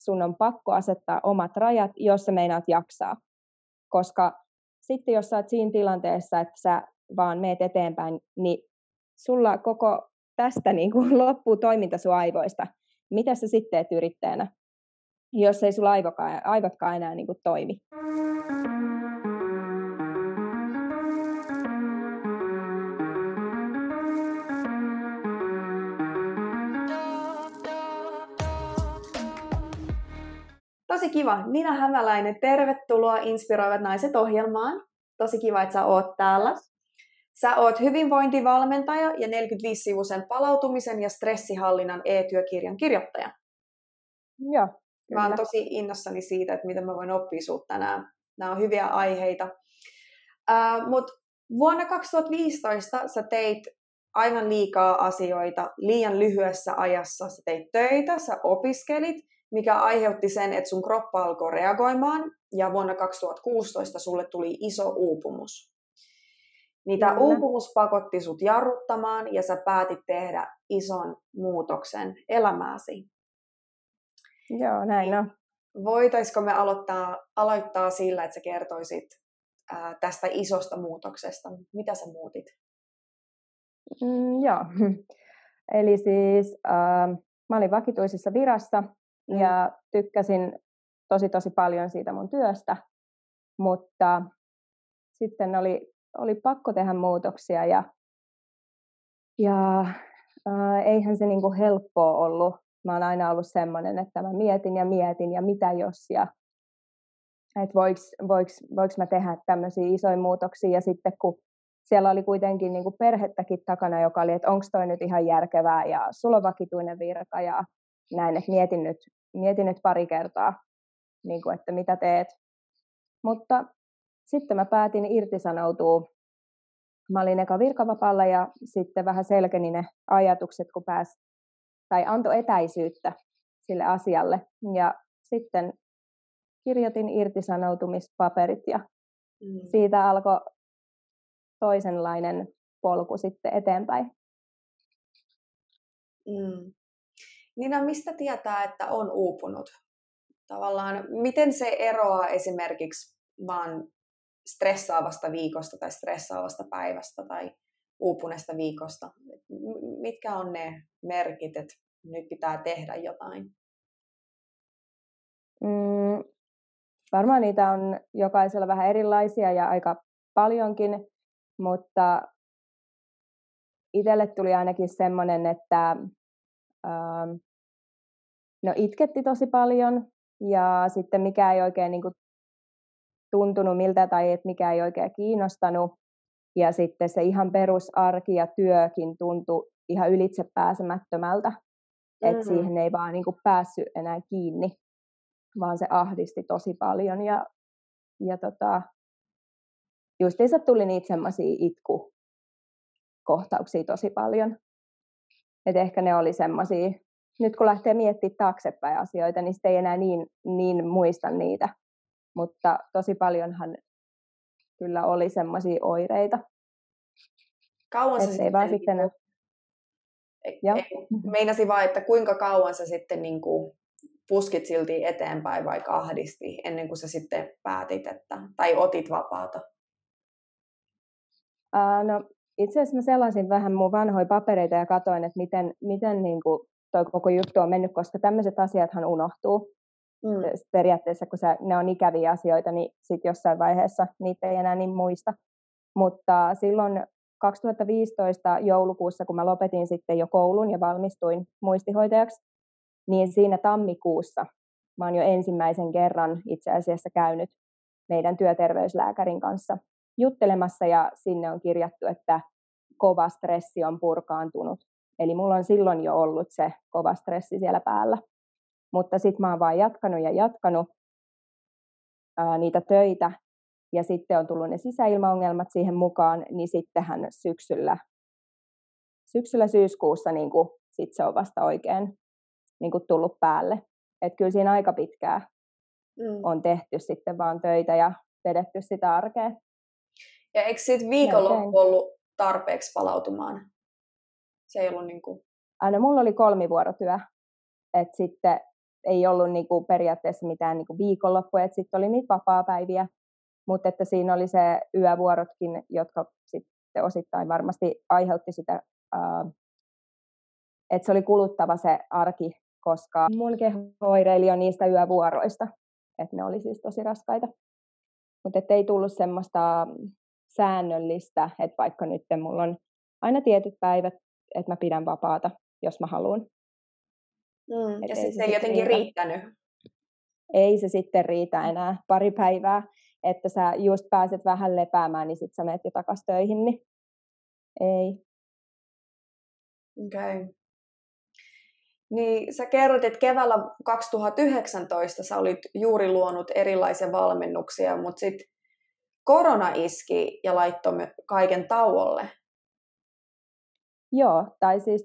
sun on pakko asettaa omat rajat, jos sä meinaat jaksaa. Koska sitten jos sä oot siinä tilanteessa, että sä vaan meet eteenpäin, niin sulla koko tästä niin kuin loppuu toiminta sun aivoista. Mitä sä sitten teet yrittäjänä, jos ei sulla aivotkaan enää niin kuin toimi? Tosi kiva. Nina Hämäläinen, tervetuloa Inspiroivat naiset -ohjelmaan. Tosi kiva, että sä oot täällä. Sä oot hyvinvointivalmentaja ja 45-sivuisen palautumisen ja stressihallinnan e-työkirjan kirjoittaja. Joo, kyllä. Mä oon tosi innossani siitä, että mitä mä voin oppia sulta tänään. Nämä on hyviä aiheita. Mut vuonna 2015 sä teit aivan liikaa asioita liian lyhyessä ajassa. Sä teit töitä, sä opiskelit, mikä aiheutti sen, että sun kroppa alkoi reagoimaan, ja vuonna 2016 sulle tuli iso uupumus. Niitä uupumus pakotti sut jarruttamaan, ja sä päätit tehdä ison muutoksen elämääsi. Joo, näin on. Voitaisiko me aloittaa sillä, että sä kertoisit tästä isosta muutoksesta? Mitä sä muutit? Joo, eli siis mä olin vakituisessa virassa ja tykkäsin tosi paljon siitä mun työstä, mutta sitten oli pakko tehdä muutoksia ja eihän se niinku helppoa ollut. Mä oon aina ollut semmoinen, että mä mietin ja mitä jos ja että voiko mä tehdä tämmöisiä isoja muutoksia, ja sitten kun siellä oli kuitenkin niinku perhettäkin takana, joka oli, että onko toi nyt ihan järkevää ja sulla on vakituinen virka ja näin, että mietin nyt pari kertaa, niinku, että mitä teet. Mutta sitten mä päätin irtisanoutua. Mä olin eka virkavapaalla ja sitten vähän selkeni ne ajatukset, kun antoi etäisyyttä sille asialle. Ja sitten kirjoitin irtisanoutumispaperit ja siitä alkoi toisenlainen polku sitten eteenpäin. Nina, mistä tietää, että on uupunut? Tavallaan, miten se eroaa esimerkiksi vaan stressaavasta viikosta tai stressaavasta päivästä tai uupuneesta viikosta? Mitkä on ne merkit, että nyt pitää tehdä jotain? Varmaan niitä on jokaisella vähän erilaisia ja aika paljonkin, mutta itselle tuli ainakin semmoinen, että itketti tosi paljon ja sitten mikä ei oikein niin kuin tuntunut miltä tai että mikä ei oikein kiinnostanut. Ja sitten se ihan perusarki ja työkin tuntui ihan ylitse pääsemättömältä, että siihen ei vaan niin kuin päässyt enää kiinni, vaan se ahdisti tosi paljon. Ja justiinsa tuli niitä semmoisia itkukohtauksia tosi paljon. Että ehkä ne oli semmoisia, nyt kun lähtee miettimään taaksepäin asioita, niin sitten ei enää niin muista niitä. Mutta tosi paljonhan kyllä oli semmoisia oireita. Kauan sä sitten... Meinasin vaan, että kuinka kauan sä sitten niin kuin puskit silti eteenpäin vai ahdisti ennen kuin sä sitten päätit, tai otit vapaata? Itse asiassa mä selasin vähän mun vanhoja papereita ja katsoin, että miten niin kuin toi koko juttu on mennyt, koska tämmöiset asiathan unohtuu. Periaatteessa, kun ne on ikäviä asioita, niin sitten jossain vaiheessa niitä ei enää niin muista. Mutta silloin 2015 joulukuussa, kun mä lopetin sitten jo koulun ja valmistuin muistihoitajaksi, niin siinä tammikuussa mä oon jo ensimmäisen kerran itse asiassa käynyt meidän työterveyslääkärin kanssa juttelemassa, ja sinne on kirjattu, että kova stressi on purkaantunut. Eli mulla on silloin jo ollut se kova stressi siellä päällä. Mutta sitten mä oon vaan jatkanut niitä töitä, ja sitten on tullut ne sisäilmaongelmat siihen mukaan, niin sittenhän syksyllä syyskuussa niin sit se on vasta oikein niin tullut päälle. Että kyllä siinä aika pitkään on tehty sitten vaan töitä ja vedetty sitä arkea. Ja eikö sitten viikonloppu ollut tarpeeksi palautumaan? Se ei ollut niin kuin... Mulla oli 3-vuorotyö. Että sitten ei ollut niin kuin periaatteessa mitään niin kuin viikonloppuja, että sitten oli niitä vapaapäiviä, mutta että siinä oli se yövuorotkin, jotka sitten osittain varmasti aiheutti sitä, että se oli kuluttava se arki, koska mun keho oireili jo niistä yövuoroista, että ne oli siis tosi raskaita. Mutta ei tullut semmoista säännöllistä, että vaikka nyt mulla on aina tietyt päivät, että mä pidän vapaata, jos mä haluan. Ja sitten se ei jotenkin riittänyt. Ei se sitten riitä enää pari päivää, että sä just pääset vähän lepäämään, niin sitten sä menet jo takas töihin, niin ei. Okei. Niin sä kerrot, että keväällä 2019 sä olit juuri luonut erilaisia valmennuksia, mutta sitten korona iski ja laittoi kaiken tauolle. Joo, tai siis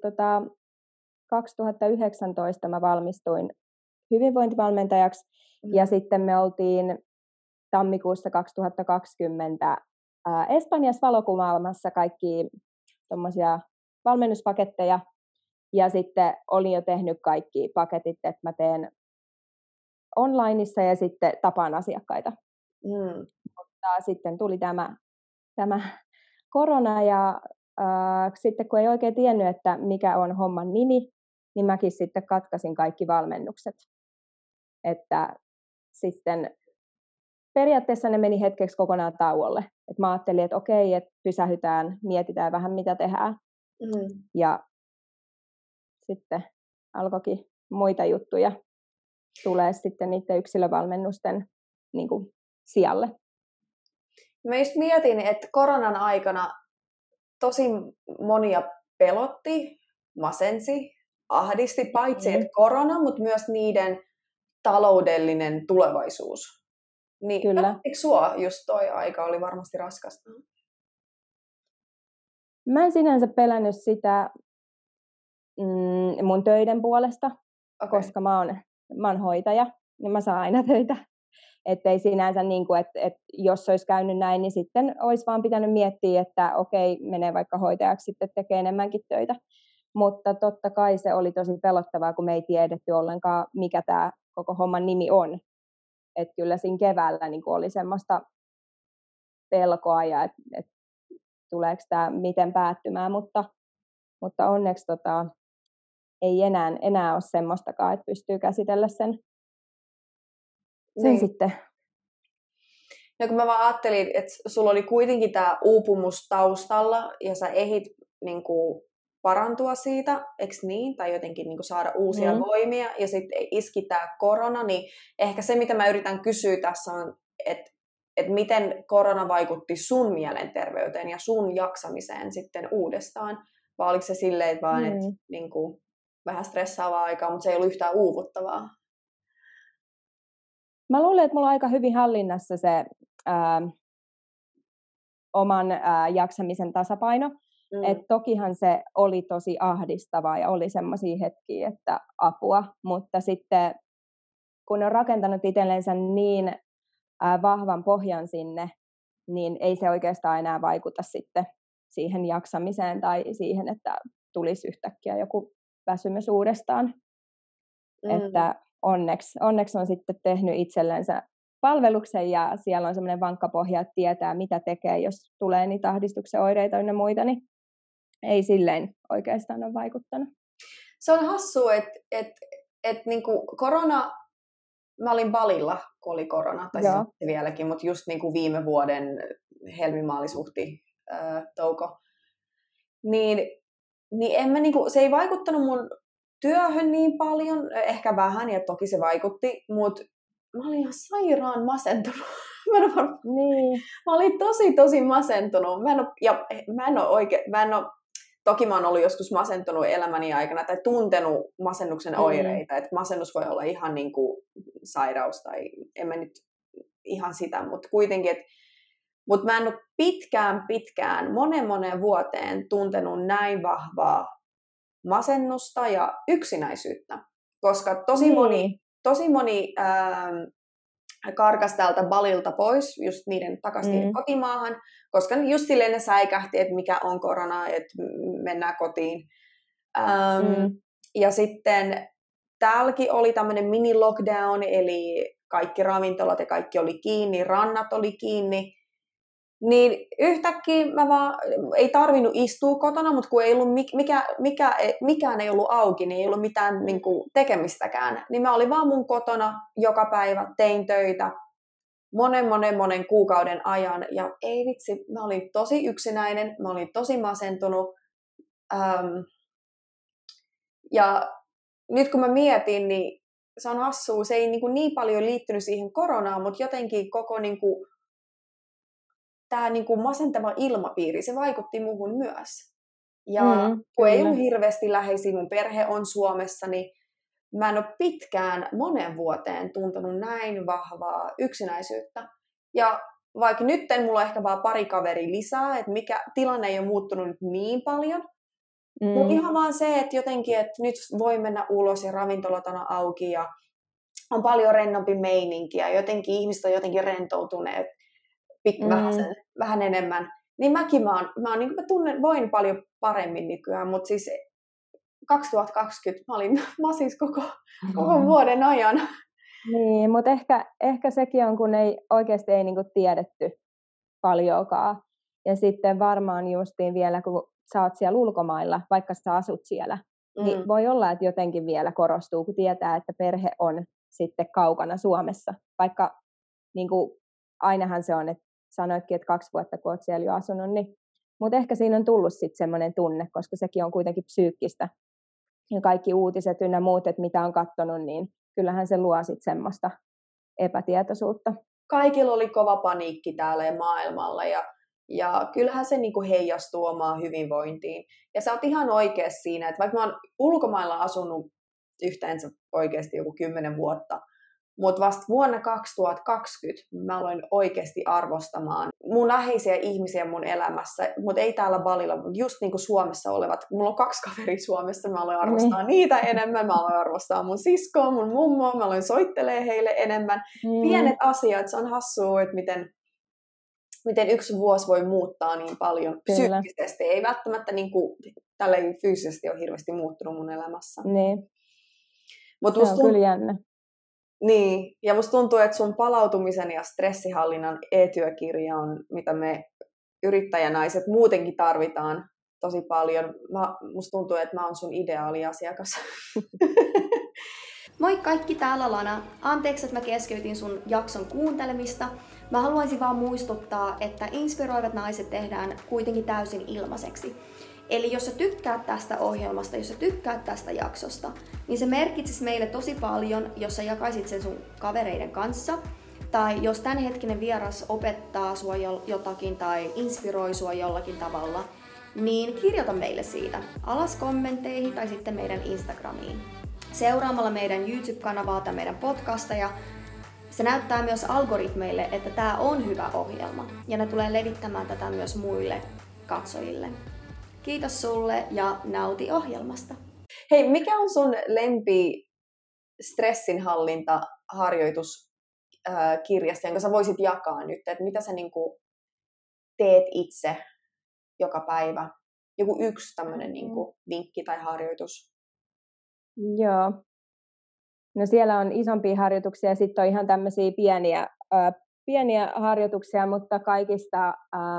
2019 mä valmistuin hyvinvointivalmentajaksi ja sitten me oltiin tammikuussa 2020 Espanjassa valokuvaamassa kaikki tommosia valmennuspaketteja ja sitten olin jo tehnyt kaikki paketit, että mä teen onlineissa ja sitten tapaan asiakkaita. Mutta sitten tuli tämä korona ja sitten kun ei oikein tiennyt, että mikä on homman nimi, niin mäkin sitten katkasin kaikki valmennukset. Että sitten periaatteessa ne meni hetkeksi kokonaan tauolle. Et mä ajattelin, että okei, että pysähytään, mietitään vähän mitä tehdään. Ja sitten alkoikin muita juttuja tulee sitten niiden yksilövalmennusten niin kuin sijalle. Mä just mietin, että koronan aikana tosi monia pelotti, masensi, ahdisti paitsi että korona, mutta myös niiden taloudellinen tulevaisuus. Niin pelottiko sua just toi aika oli varmasti raskasta? Mä en sinänsä pelännyt sitä mun töiden puolesta, koska mä oon hoitaja ja mä saan aina töitä. Että ei sinänsä, niin kuin, että jos olisi käynyt näin, niin sitten olisi vaan pitänyt miettiä, että okei, menee vaikka hoitajaksi sitten tekee enemmänkin töitä. Mutta totta kai se oli tosi pelottavaa, kun me ei tiedetty ollenkaan, mikä tämä koko homman nimi on. Että kyllä siinä keväällä niin kuin oli semmoista pelkoa ja että tuleeko tämä miten päättymään, mutta onneksi ei enää ole semmoistakaan, että pystyy käsitellä sen sitten. No kun mä vaan ajattelin, että sulla oli kuitenkin tämä uupumus taustalla ja sä ehdit niin kuin parantua siitä, eikö niin? Tai jotenkin niin kuin saada uusia voimia ja sitten iski tämä korona, niin ehkä se mitä mä yritän kysyä tässä on, että miten korona vaikutti sun mielenterveyteen ja sun jaksamiseen sitten uudestaan? Vai oliko se silleen, että vaan että niin kuin vähän stressaavaa aikaa, mutta se ei ollut yhtään uuvuttavaa? Mä luulen, että mulla on aika hyvin hallinnassa se oman jaksamisen tasapaino. Et tokihan se oli tosi ahdistavaa ja oli semmoisia hetkiä, että apua. Mutta sitten kun on rakentanut itsellensä niin vahvan pohjan sinne, niin ei se oikeastaan enää vaikuta sitten siihen jaksamiseen tai siihen, että tulisi yhtäkkiä joku väsymys uudestaan. Että onneksi on sitten tehnyt itsellensä palveluksen ja siellä on semmoinen vankka pohja, että tietää mitä tekee, jos tulee niitä ahdistuksen oireita ynnä muita, niin ei silleen oikeastaan ole vaikuttanut. Se on hassua, että niinku korona, mä olin Balilla, kun oli korona, tai siis vieläkin, mutta just niinku viime vuoden helmimaalisuhti touko, niin en mä niinku, se ei vaikuttanut mun työhön niin paljon, ehkä vähän, ja toki se vaikutti, mutta mä olin ihan sairaan masentunut. Mä olin tosi masentunut. Toki mä oon ollut joskus masentunut elämäni aikana tai tuntenut masennuksen oireita. Että masennus voi olla ihan niin kuin sairaus tai en mä nyt ihan sitä, mutta kuitenkin. Mutta mä en ole pitkään, monen vuoteen tuntenut näin vahvaa masennusta ja yksinäisyyttä. Koska tosi moni karkas täältä Balilta pois, just niiden takaisin kotimaahan, koska just silleen ne säikähti, että mikä on korona, että mennään kotiin. Ja sitten täälläkin oli tämmöinen mini-lockdown, eli kaikki ravintolat ja kaikki oli kiinni, rannat oli kiinni. Niin yhtäkkiä mä vaan, ei tarvinnut istua kotona, mutta kun ei ollut mikään ei ollut auki, niin ei ollut mitään niin kuin, tekemistäkään. Niin mä olin vaan mun kotona joka päivä, tein töitä monen kuukauden ajan. Ja ei vitsi, mä olin tosi yksinäinen, mä olin tosi masentunut. Ja nyt kun mä mietin, niin se on hassua, se ei niin paljon liittynyt siihen koronaan, mutta jotenkin koko tämä masentava ilmapiiri, se vaikutti muuhun myös. Ja kun ei ole hirveästi läheisiä, mun perhe on Suomessa, niin mä en ole pitkään, monen vuoteen tuntenut näin vahvaa yksinäisyyttä. Ja vaikka nyt mulla on ehkä vaan pari kaveria lisää, että tilanne ei ole muuttunut nyt niin paljon, mutta ihan vaan se, että jotenkin, että nyt voi mennä ulos ja ravintolat on auki ja on paljon rennompi meininkiä, jotenkin ihmiset on jotenkin rentoutuneet vähän enemmän. Niin mä voin paljon paremmin nykyään, mutta siis 2020 mä olin masis koko vuoden ajan. Niin, mutta ehkä sekin on, kun oikeasti ei niinku tiedetty paljonkaan. Ja sitten varmaan justiin vielä, kun sä oot siellä ulkomailla, vaikka sä asut siellä, niin voi olla, että jotenkin vielä korostuu, kun tietää, että perhe on sitten kaukana Suomessa. Vaikka niin kuin, ainahan se on, että sanoitkin, että 2 vuotta, kun oot siellä jo asunut, niin, mutta ehkä siinä on tullut sitten semmoinen tunne, koska sekin on kuitenkin psyykkistä. Ja kaikki uutiset ynnä muut, että mitä on katsonut, niin kyllähän se luo sitten semmoista epätietoisuutta. Kaikilla oli kova paniikki täällä ja maailmalla ja kyllähän se niinku heijastuu omaan hyvinvointiin. Ja sä oot ihan oikeassa siinä, että vaikka mä oon ulkomailla asunut yhteensä oikeasti joku 10 vuotta, mutta vasta vuonna 2020 mä aloin oikeasti arvostamaan mun läheisiä ihmisiä mun elämässä, mutta ei täällä Balilla, mutta just niin kuin Suomessa olevat. Mulla on 2 kaveria Suomessa, mä aloin arvostaa niitä enemmän, mä aloin arvostaa mun siskoa, mun mummoa, mä aloin soittelee heille enemmän. Pienet asiat, se on hassua, että miten 1 vuosi voi muuttaa niin paljon psyykkisesti. Ei välttämättä niin kuin, tälleen fyysisesti ole hirveästi muuttunut mun elämässä. Niin. Se on kyllä jännä. Niin, ja musta tuntuu, että sun palautumisen ja stressihallinnan e-työkirja on, mitä me yrittäjänaiset muutenkin tarvitaan tosi paljon. Musta tuntuu, että mä oon sun ideaaliasiakas. Moi kaikki, täällä Lana. Anteeksi, että mä keskeytin sun jakson kuuntelemista. Mä haluaisin vaan muistuttaa, että inspiroivat naiset tehdään kuitenkin täysin ilmaiseksi. Eli jos sä tykkäät tästä ohjelmasta, jos sä tykkäät tästä jaksosta, niin se merkitsisi meille tosi paljon, jos sä jakaisit sen sun kavereiden kanssa. Tai jos tämänhetkinen vieras opettaa sua jotakin tai inspiroi sua jollakin tavalla, niin kirjoita meille siitä alas kommentteihin tai sitten meidän Instagramiin. Seuraamalla meidän YouTube-kanavaa tai meidän podcasteja, se näyttää myös algoritmeille, että tää on hyvä ohjelma. Ja ne tulee levittämään tätä myös muille katsojille. Kiitos sulle ja nauti ohjelmasta. Hei, mikä on sun lempi stressinhallintaharjoituskirjasta, jonka sä voisit jakaa nyt? Että mitä sä niinku teet itse joka päivä? Joku yksi tämmöinen niinku vinkki tai harjoitus. Joo. No siellä on isompia harjoituksia ja sitten on ihan tämmöisiä pieniä harjoituksia, mutta kaikista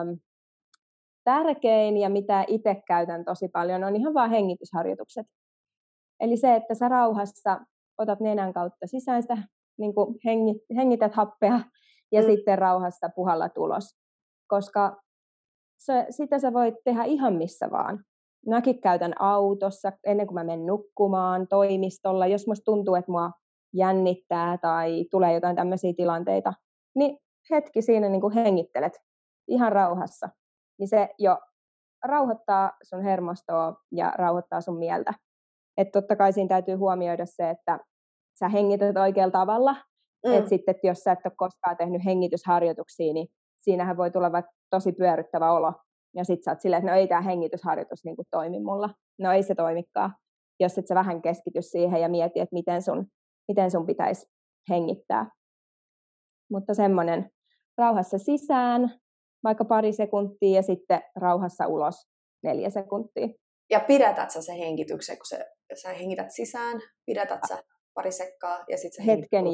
tärkein ja mitä itse käytän tosi paljon on ihan vaan hengitysharjoitukset. Eli se, että sä rauhassa otat nenän kautta sisään sitä, niin kuin hengität happea ja sitten rauhassa puhallat ulos. Koska sitä sä voit tehdä ihan missä vaan. Mäkin käytän autossa ennen kuin mä menen nukkumaan, toimistolla. Jos musta tuntuu, että mua jännittää tai tulee jotain tämmöisiä tilanteita, niin hetki siinä niin kuin hengittelet ihan rauhassa. Niin se jo rauhoittaa sun hermostoa ja rauhoittaa sun mieltä. Että totta kai siinä täytyy huomioida se, että sä hengität oikealla tavalla. Että sitten, että jos sä et ole koskaan tehnyt hengitysharjoituksia, niin siinähän voi tulla vaikka tosi pyörryttävä olo. Ja sit sä oot silleen, että no ei tää hengitysharjoitus niin kuin toimi mulla. No ei se toimikaan, jos et sä vähän keskity siihen ja mieti, että miten sun pitäisi hengittää. Mutta semmoinen rauhassa sisään, vaikka 2 sekuntia ja sitten rauhassa ulos 4 sekuntia. Ja pidätät sä sen hengityksen, kun sä hengität sisään? Pidätät sä? pari sekkaa ja sitten hetken,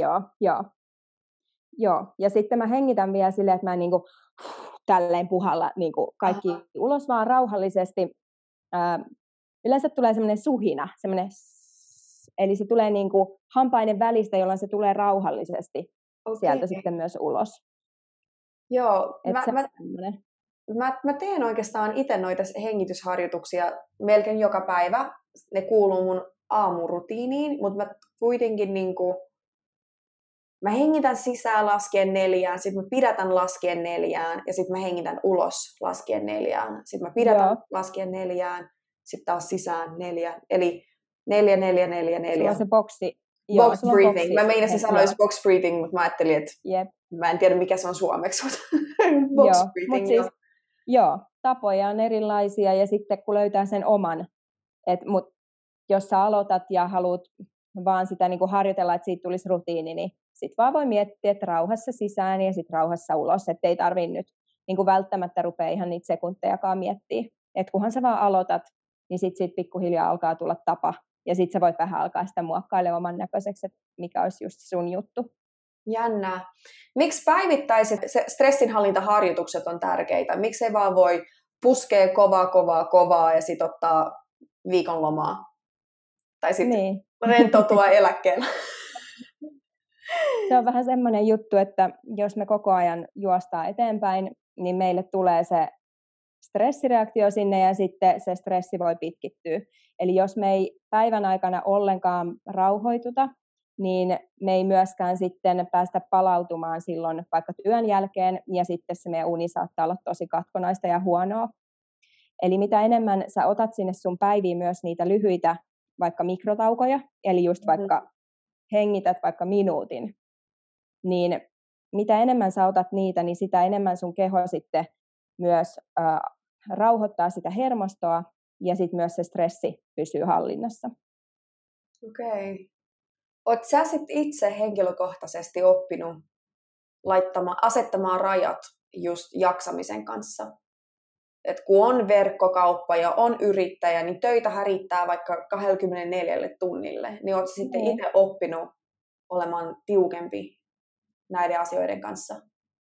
joo. Ja sitten mä hengitän vielä silleen, että mä niinku tälleen puhalla niinku kaikki ulos vaan rauhallisesti. Yleensä tulee semmoinen suhina, eli se tulee niinku hampaiden välistä, jolloin se tulee rauhallisesti sieltä sitten myös ulos. Joo, mä teen oikeastaan itse noita hengitysharjoituksia melkein joka päivä. Ne kuuluu mun aamurutiiniin, mutta mä kuitenkin mä hengitän sisään laskien 4, sitten mä pidätän laskien 4 ja sitten mä hengitän ulos laskien 4. Sitten mä pidätän laskien 4, sitten taas sisään 4. Eli 4, 4, 4, 4. Sulla on se boksi. Box breathing. Mä meinasin sanoa box breathing, mutta mä ajattelin, että mä en tiedä mikä se on suomeksi. Box breathing, siis, tapoja on erilaisia ja sitten kun löytää sen oman, mutta jos sä aloitat ja haluat vaan sitä niin kuin harjoitella, että siitä tulisi rutiini, niin sitten vaan voi miettiä, että rauhassa sisään ja sitten rauhassa ulos, että ei tarvitse nyt niin kuin välttämättä rupea ihan niitä sekuntejakaan miettiä. Että kunhan sä vaan aloitat, niin sitten siitä pikkuhiljaa alkaa tulla tapa ja sitten sä voit vähän alkaa sitä muokkailemaan oman näköiseksi, että mikä olisi just sun juttu. Jännää. Miksi päivittäiset stressinhallintaharjoitukset on tärkeitä? Miksi ei vaan voi puskea kovaa ja sitten ottaa viikon lomaa? Tai sitten rentoutua eläkkeellä? Se on vähän semmoinen juttu, että jos me koko ajan juostaan eteenpäin, niin meille tulee se stressireaktio sinne ja sitten se stressi voi pitkittyä. Eli jos me ei päivän aikana ollenkaan rauhoituta, niin me ei myöskään sitten päästä palautumaan silloin vaikka työn jälkeen ja sitten se meidän uni saattaa olla tosi katkonaista ja huonoa. Eli mitä enemmän sä otat sinne sun päiviin myös niitä lyhyitä vaikka mikrotaukoja, eli just vaikka hengität vaikka minuutin, niin mitä enemmän sä otat niitä, niin sitä enemmän sun keho sitten myös rauhoittaa sitä hermostoa ja sitten myös se stressi pysyy hallinnassa. Okei. Oot sä sitten itse henkilökohtaisesti oppinut asettamaan rajat just jaksamisen kanssa? Et kun on verkkokauppa ja on yrittäjä, niin töitä riittää vaikka 24 tunnille. Niin oot sitten itse oppinut olemaan tiukempi näiden asioiden kanssa?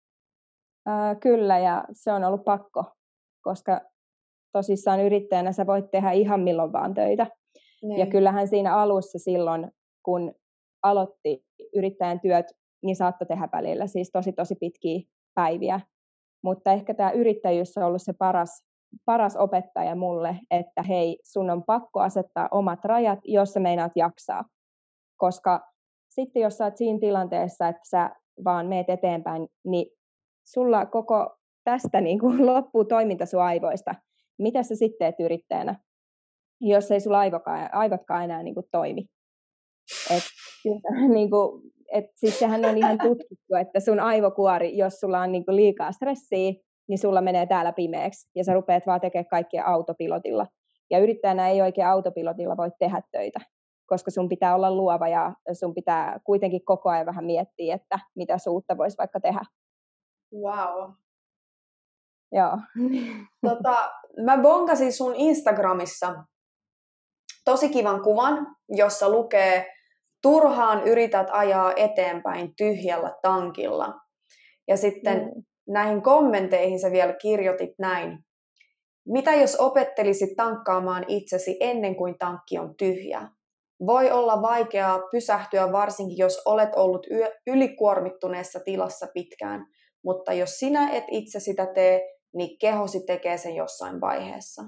Kyllä, ja se on ollut pakko, koska tosissaan yrittäjänä sä voit tehdä ihan milloin vaan töitä. Niin. Ja kyllähän siinä alussa silloin, kun aloitti yrittäjän työt, niin saattoi tehdä välillä siis tosi pitkiä päiviä. Mutta ehkä tämä yrittäjyys on ollut se paras opettaja mulle, että hei, sun on pakko asettaa omat rajat, jos sä meinaat jaksaa. Koska sitten jos sä oot siinä tilanteessa, että sä vaan meet eteenpäin, niin sulla koko tästä niin kuin loppuu toiminta sun aivoista. Mitä sä sitten teet yrittäjänä, jos ei sulla aivotkaan enää niin kuin toimi? Siis sehän on ihan tutkittu, että sun aivokuori, jos sulla on niin kuin liikaa stressiä, niin sulla menee täällä pimeäksi ja sä rupeat vaan tekemään kaikkea autopilotilla. Ja yrittäjänä ei oikein autopilotilla voi tehdä töitä, koska sun pitää olla luova ja sun pitää kuitenkin koko ajan vähän miettiä, että mitä uutta voisi vaikka tehdä. Wow. Joo. Mä bongasin sun Instagramissa tosi kivan kuvan, jossa lukee: turhaan yrität ajaa eteenpäin tyhjällä tankilla. Ja sitten näihin kommenteihin sä vielä kirjoitit näin: mitä jos opettelisit tankkaamaan itsesi ennen kuin tankki on tyhjä? Voi olla vaikeaa pysähtyä, varsinkin jos olet ollut ylikuormittuneessa tilassa pitkään, mutta jos sinä et itse sitä tee, niin kehosi tekee sen jossain vaiheessa.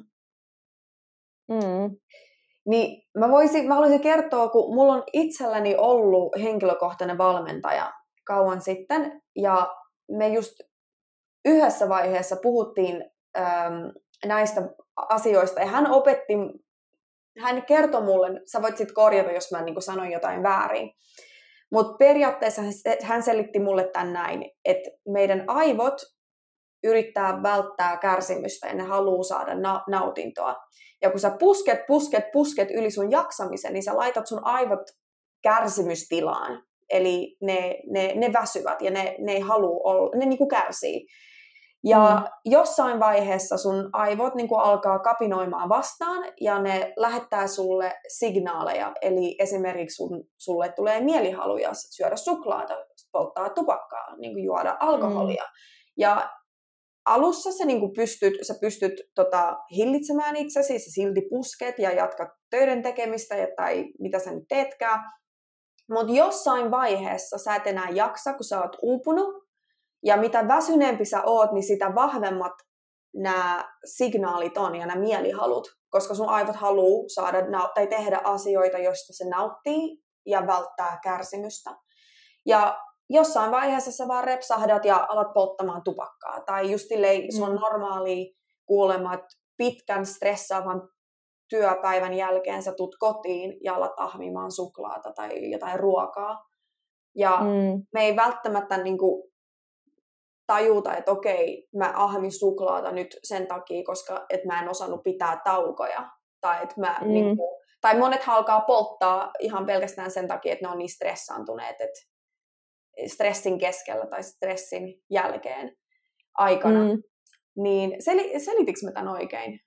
Niin mä haluaisin kertoa, kun mulla on itselläni ollut henkilökohtainen valmentaja kauan sitten, ja me just yhdessä vaiheessa puhuttiin näistä asioista, ja hän kertoi mulle, sä voit sitten korjata, jos mä niin sanoin jotain väärin, mutta periaatteessa hän selitti mulle tämän näin, että meidän aivot yrittää välttää kärsimystä ja ne haluaa saada nautintoa. Ja kun sä pusket yli sun jaksamisen, niin sä laitat sun aivot kärsimystilaan. Eli ne väsyvät ja ne ei halua olla, ne niinku kärsii. Ja jossain vaiheessa sun aivot niin kuin alkaa kapinoimaan vastaan ja ne lähettää sulle signaaleja. Eli esimerkiksi sulle tulee mielihaluja syödä suklaata, polttaa tupakkaa, niin kuin juoda alkoholia. Ja alussa sä pystyt hillitsemään itsesi, sä silti pusket ja jatkat töiden tekemistä tai mitä sä nyt teetkään. Mutta jossain vaiheessa sä et enää jaksa, kun sä oot uupunut. Ja mitä väsyneempi sä oot, niin sitä vahvemmat nämä signaalit on ja nämä mielihalut. Koska sun aivot haluaa saada tai tehdä asioita, joista se nauttii ja välttää kärsimystä. Ja jossain vaiheessa sä vaan repsahdat ja alat polttamaan tupakkaa. Tai just se on normaali kuulemma, että pitkän stressaavan työpäivän jälkeen sä tuut kotiin ja alat ahmimaan suklaata tai jotain ruokaa. Ja me ei välttämättä niinku tajuta, että okei, mä ahmin suklaata nyt sen takia, koska et mä en osannut pitää taukoja. Tai, että tai monet alkaa polttaa ihan pelkästään sen takia, että ne on niin stressaantuneet, että stressin keskellä tai stressin jälkeen aikana. Niin selitikö mä tämän oikein?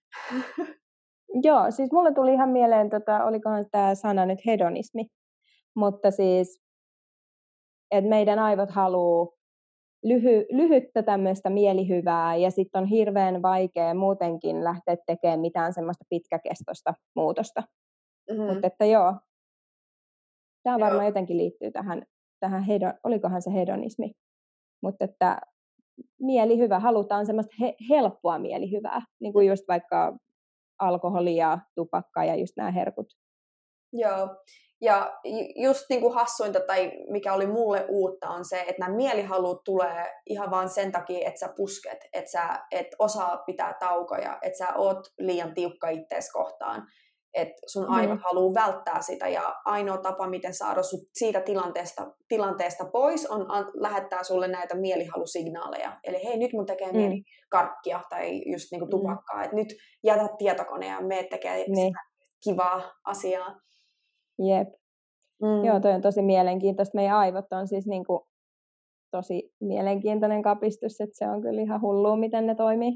Joo, siis mulle tuli ihan mieleen, olikohan tämä sana nyt hedonismi, mutta siis, että meidän aivot haluaa lyhyttä tämmöistä mielihyvää ja sitten on hirveän vaikea muutenkin lähteä tekemään mitään semmoista pitkäkestoista muutosta. Mutta että joo, tämä varmaan jotenkin liittyy tähän olikohan se hedonismi, mutta että mielihyvä, halutaan semmoista helppoa mielihyvää, niin kuin just vaikka alkoholi ja tupakka ja just nämä herkut. Joo, ja just niin kuin hassuinta tai mikä oli mulle uutta on se, että nämä mielihalut tulee ihan vaan sen takia, että sä pusket, että sä et osaa pitää taukoja, että sä oot liian tiukka ittees kohtaan, että sun aivot haluaa välttää sitä ja ainoa tapa, miten saada sut siitä tilanteesta pois, on lähettää sulle näitä mielihalusignaaleja. Eli hei, nyt mun tekee mieli karkkia tai just niin kuin tupakkaa, että nyt jätä tietokone ja mene tekemään sitä kivaa asiaa. Jep. Joo, toi on tosi mielenkiintoista. Meidän aivot on siis niin kuin tosi mielenkiintoinen kapistus, että se on kyllä ihan hullua, miten ne toimii.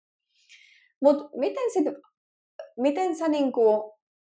Mut miten sä niinku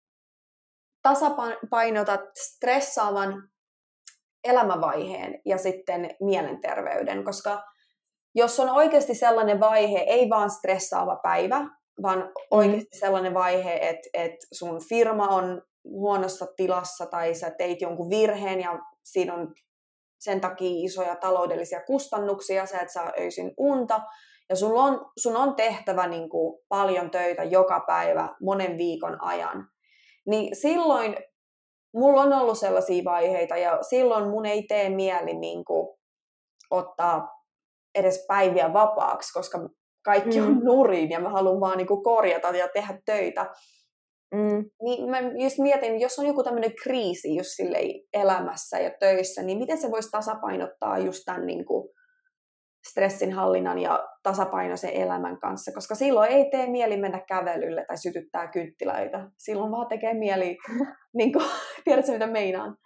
tasapainotat stressaavan elämänvaiheen ja sitten mielenterveyden? Koska jos on oikeasti sellainen vaihe, ei vaan stressaava päivä, vaan oikeasti sellainen vaihe, että sun firma on huonossa tilassa tai sä teit jonkun virheen ja siinä on sen takia isoja taloudellisia kustannuksia, sä et saa öisin unta ja sun on tehtävä niin kuin paljon töitä joka päivä monen viikon ajan, niin silloin mulla on ollut sellaisia vaiheita ja silloin mun ei tee mieli niin kuin ottaa edes päiviä vapaaksi, koska kaikki on nurin ja mä haluan vaan niin kuin korjata ja tehdä töitä. Niin mä just mietin, jos on joku tämmöinen kriisi just elämässä ja töissä, niin miten se voisi tasapainottaa just tämän niin kuin stressinhallinnan ja tasapainoisen elämän kanssa, koska silloin ei tee mieli mennä kävelylle tai sytyttää kynttilöitä. Silloin vaan tekee mieli, niin kuin, tiedätkö mitä meinaan?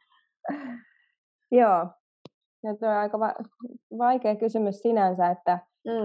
Joo, ja tuo on aika vaikea kysymys sinänsä, että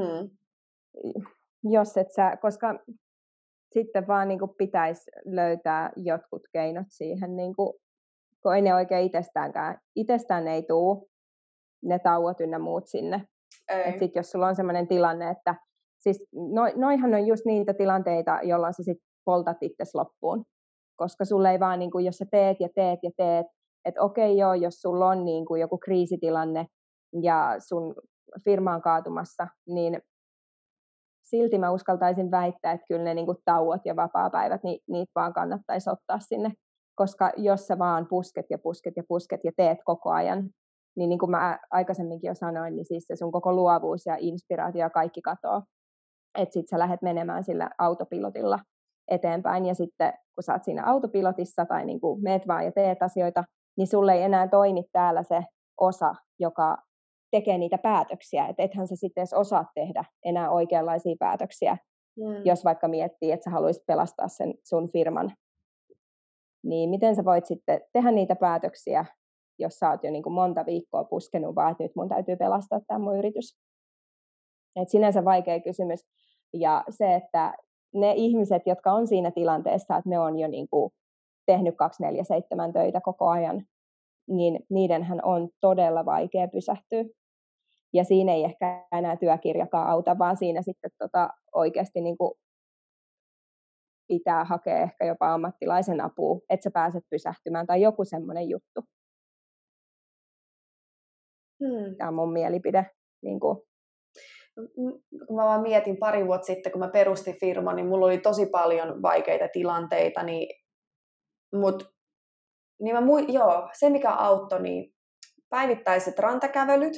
jos et sä, koska sitten vaan niin kuin pitäisi löytää jotkut keinot siihen, niin kuin, kun ei ne oikein itsestään ei tule ne tauot ynnä muut sinne. Sitten jos sulla on sellainen tilanne, että siis noihan on just niitä tilanteita, jolloin sä sitten poltat itsesi loppuun. Koska sulle ei vaan, niin kuin, jos sä teet, että okei joo, jos sulla on niin kuin joku kriisitilanne ja sun firma on kaatumassa, niin silti mä uskaltaisin väittää, että kyllä ne niin kuin tauot ja vapaapäivät, niin niitä vaan kannattaisi ottaa sinne. Koska jos sä vaan pusket ja teet koko ajan, niin kuin mä aikaisemminkin jo sanoin, niin siis se sun koko luovuus ja inspiraatio ja kaikki katoaa. Että sit sä lähdet menemään sillä autopilotilla eteenpäin ja sitten kun sä oot siinä autopilotissa tai niin kuin meet vaan ja teet asioita, niin sulle ei enää toimi täällä se osa, joka tekee niitä päätöksiä. Että ethän sä sitten edes osaa tehdä enää oikeanlaisia päätöksiä, jos vaikka miettii, että sä haluaisit pelastaa sen sun firman. Niin miten sä voit sitten tehdä niitä päätöksiä, jos sä oot jo niin kuin monta viikkoa puskenut vaan, että nyt mun täytyy pelastaa tämä mun yritys. Et sinänsä vaikea kysymys. Ja se, että ne ihmiset, jotka on siinä tilanteessa, että ne on jo niin kuin tehnyt 24/7 töitä koko ajan, niin niidenhän on todella vaikea pysähtyä. Ja siinä ei ehkä enää työkirjakaan auta, vaan siinä sitten oikeasti niin kuin pitää hakea ehkä jopa ammattilaisen apua, että sä pääset pysähtymään tai joku semmoinen juttu. Tämä on mun mielipide. Niin kuin. Kun mä vaan mietin pari vuotta sitten, kun mä perustin firman, niin mulla oli tosi paljon vaikeita tilanteita, se mikä auttoi, niin päivittäiset rantakävelyt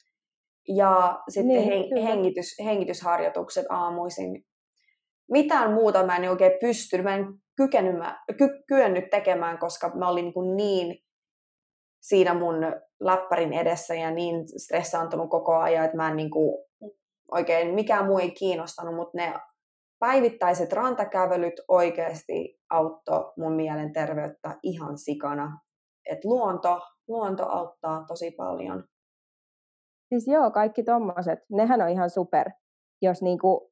ja sitten hengitysharjoitukset aamuisin. Mitään muuta mä en oikein pystynyt, mä en kyennyt tekemään, koska mä olin niin siinä mun läppärin edessä ja niin stressaantunut koko ajan, että mä en oikein mikään muu ei kiinnostanut, mutta ne päivittäiset rantakävelyt oikeasti auttoi mun mielenterveyttä ihan sikana. Et luonto auttaa tosi paljon. Siis joo, kaikki tommoset, nehän on ihan super, jos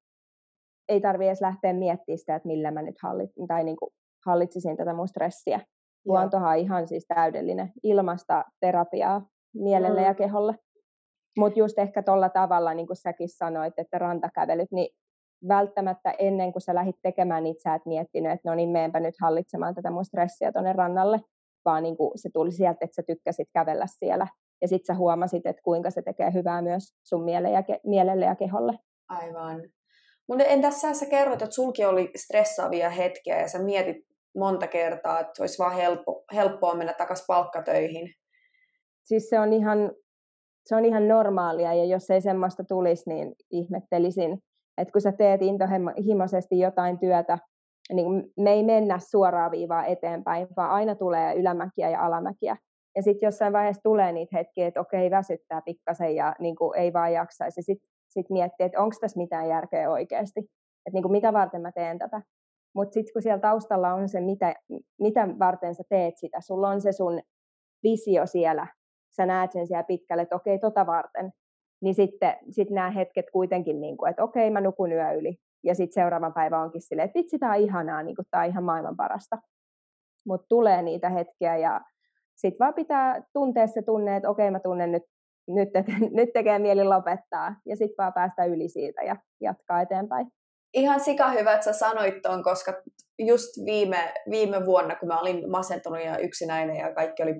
ei tarvitse edes lähteä miettimään sitä, että millä mä nyt hallitsisin tätä mun stressiä. Luontohan on ihan siis täydellinen ilmasta terapiaa mielelle ja keholle. Mutta just ehkä tuolla tavalla, niin kuin säkin sanoit, että rantakävelyt, niin välttämättä ennen kuin sä lähdit tekemään niitä, sä et miettinyt, että no niin, meenpä nyt hallitsemaan tätä mun stressiä tuonne rannalle, vaan niin kuin se tuli sieltä, että sä tykkäsit kävellä siellä. Ja sit sä huomasit, että kuinka se tekee hyvää myös sun mielelle ja keholle. Aivan. Mutta entäs sä kerroit, että sulki oli stressaavia hetkiä ja sä mietit monta kertaa, että olisi vaan helppoa mennä takaisin palkkatöihin. Siis se on ihan normaalia, ja jos ei semmoista tulisi, niin ihmettelisin, että kun sä teet intohimoisesti jotain työtä, niin me ei mennä suoraan viivaa eteenpäin, vaan aina tulee ylämäkiä ja alamäkiä. Ja sitten jossain vaiheessa tulee niitä hetkiä, että okei, väsyttää pikkasen ja niin kuin ei vaan jaksaisi. Sitten miettii, että onko tässä mitään järkeä oikeasti, että niin kuin mitä varten mä teen tätä. Mutta sitten kun siellä taustalla on se, mitä varten sä teet sitä, sulla on se sun visio siellä, sä näet sen siellä pitkälle, että okei, varten, niin sitten nämä hetket kuitenkin, niin kuin, että okei, mä nukun yö yli, ja sitten seuraavan päivän onkin silleen, että vitsi, tää on ihanaa, niin kuin, tää on ihan maailman parasta. Mutta tulee niitä hetkiä, ja sitten vaan pitää tuntea se tunne, että okei, mä tunnen nyt tekee mieli lopettaa, ja sitten vaan päästä yli siitä ja jatkaa eteenpäin. Ihan sika hyvä, että sä sanoit ton, koska just viime vuonna, kun mä olin masentunut ja yksinäinen ja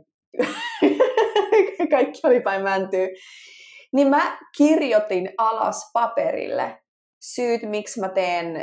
kaikki oli päin mäntyy, niin mä kirjoitin alas paperille syyt, miksi mä teen,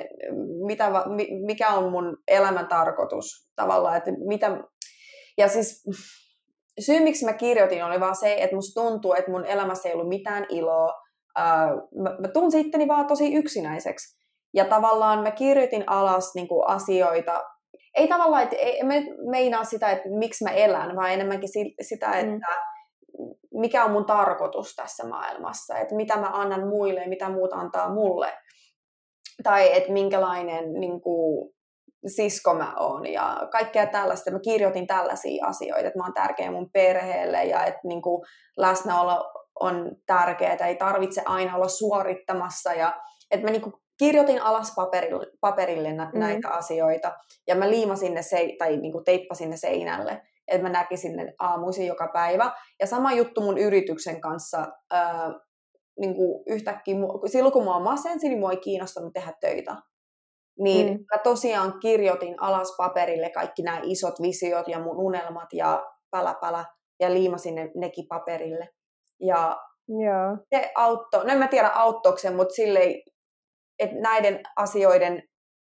mikä on mun elämän tarkoitus tavallaan, että ja siis syy, miksi mä kirjoitin, oli vaan se, että musta tuntuu, että mun elämässä ei ollut mitään iloa. Mä tunsin itteni vaan tosi yksinäiseksi. Ja tavallaan mä kirjoitin alas niin kuin asioita. Ei tavallaan, että meinaa sitä, että miksi mä elän, vaan enemmänkin sitä, että mikä on mun tarkoitus tässä maailmassa. Että mitä mä annan muille ja mitä muut antaa mulle. Tai että minkälainen niin kuin, sisko mä oon ja kaikkea tällaista. Mä kirjoitin tällaisia asioita, että mä oon tärkeä mun perheelle ja että niin kuin, läsnäolo on tärkeää. Ei tarvitse aina olla suorittamassa. Ja että mä niin kuin, kirjoitin alas paperille näitä asioita ja mä liimasin ne tai niin kuin teippasin ne seinälle, että mä näkisin ne aamuisin joka päivä. Ja sama juttu mun yrityksen kanssa, niin kuin yhtäkkiä, silloin kun mä masensin, niin mua ei kiinnostanut tehdä töitä. Niin mä tosiaan kirjoitin alas paperille kaikki nämä isot visiot ja mun unelmat ja pälä ja liimasin nekin paperille. Ja se auttoi, no en mä tiedä auttoiko se, mutta silleen, että näiden asioiden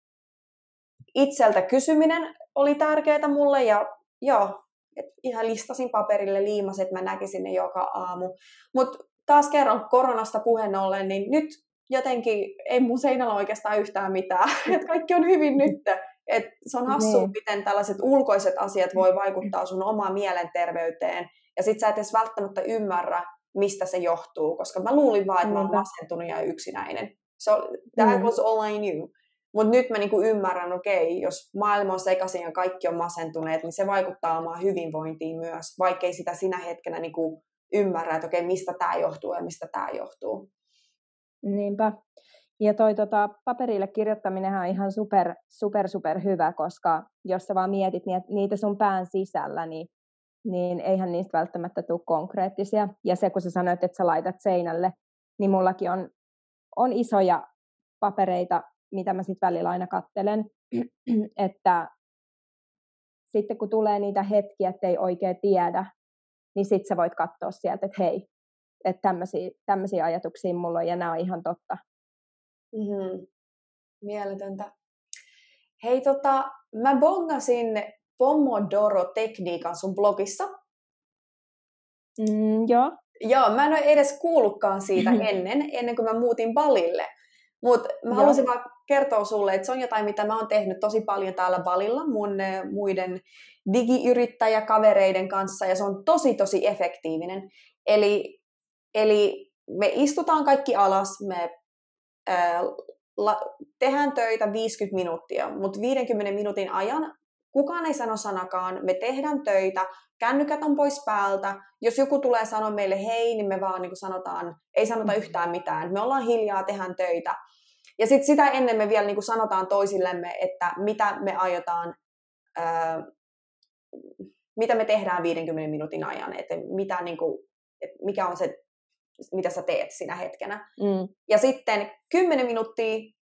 itseltä kysyminen oli tärkeää mulle ja joo, että ihan listasin paperille, liimasin, että mä näkisin ne joka aamu. Mutta taas kerran koronasta puheen ollen, niin nyt jotenkin ei mun seinällä oikeastaan yhtään mitään. Että kaikki on hyvin nyt. Et se on hassua, miten tällaiset ulkoiset asiat voi vaikuttaa sun omaan mielenterveyteen. Ja sit sä et edes välttämättä ymmärrä, mistä se johtuu. Koska mä luulin vaan, että mä oon masentunut ja yksinäinen. So that was all I knew. Mutta nyt mä niinku ymmärrän, okei, jos maailma on sekaisin ja kaikki on masentuneet, niin se vaikuttaa omaan hyvinvointiin myös. Vaikkei sitä sinä hetkenä niinku ymmärrä, että okei, mistä tää johtuu ja mistä tää johtuu. Niinpä. Ja toi paperille kirjoittaminenhan on ihan super hyvä, koska jos sä vaan mietit niitä sun pään sisällä, niin eihän niistä välttämättä tule konkreettisia. Ja se, kun sä sanoit, että sä laitat seinälle, niin mullakin on isoja papereita, mitä mä sitten välillä aina katselen, että sitten kun tulee niitä hetkiä, että ei oikein tiedä, niin sitten sä voit katsoa sieltä, että hei, että tämmöisiä ajatuksia mulla on ja nämä on ihan totta. Mm-hmm. Mieletöntä. Hei, mä bongasin Pomodoro-tekniikan sun blogissa. Joo. Joo, mä en ole edes kuullutkaan siitä ennen kuin mä muutin Balille. Mutta mä halusin vaan kertoa sulle, että se on jotain, mitä mä oon tehnyt tosi paljon täällä Balilla mun muiden digiyrittäjäkavereiden kanssa, ja se on tosi efektiivinen. Eli me istutaan kaikki alas, me tehdään töitä 50 minuuttia, mutta 50 minuutin ajan kukaan ei sano sanakaan, me tehdään töitä, kännykät on pois päältä, jos joku tulee sanoa meille hei, niin me vaan niin kuin sanotaan, ei sanota yhtään mitään, me ollaan hiljaa, tehdään töitä. Ja sitten sitä ennen me vielä niin kuin sanotaan toisillemme, että mitä me aiotaan, mitä me tehdään 50 minuutin ajan, että mikä on se, mitä sä teet siinä hetkenä. Ja sitten 10 minuuttia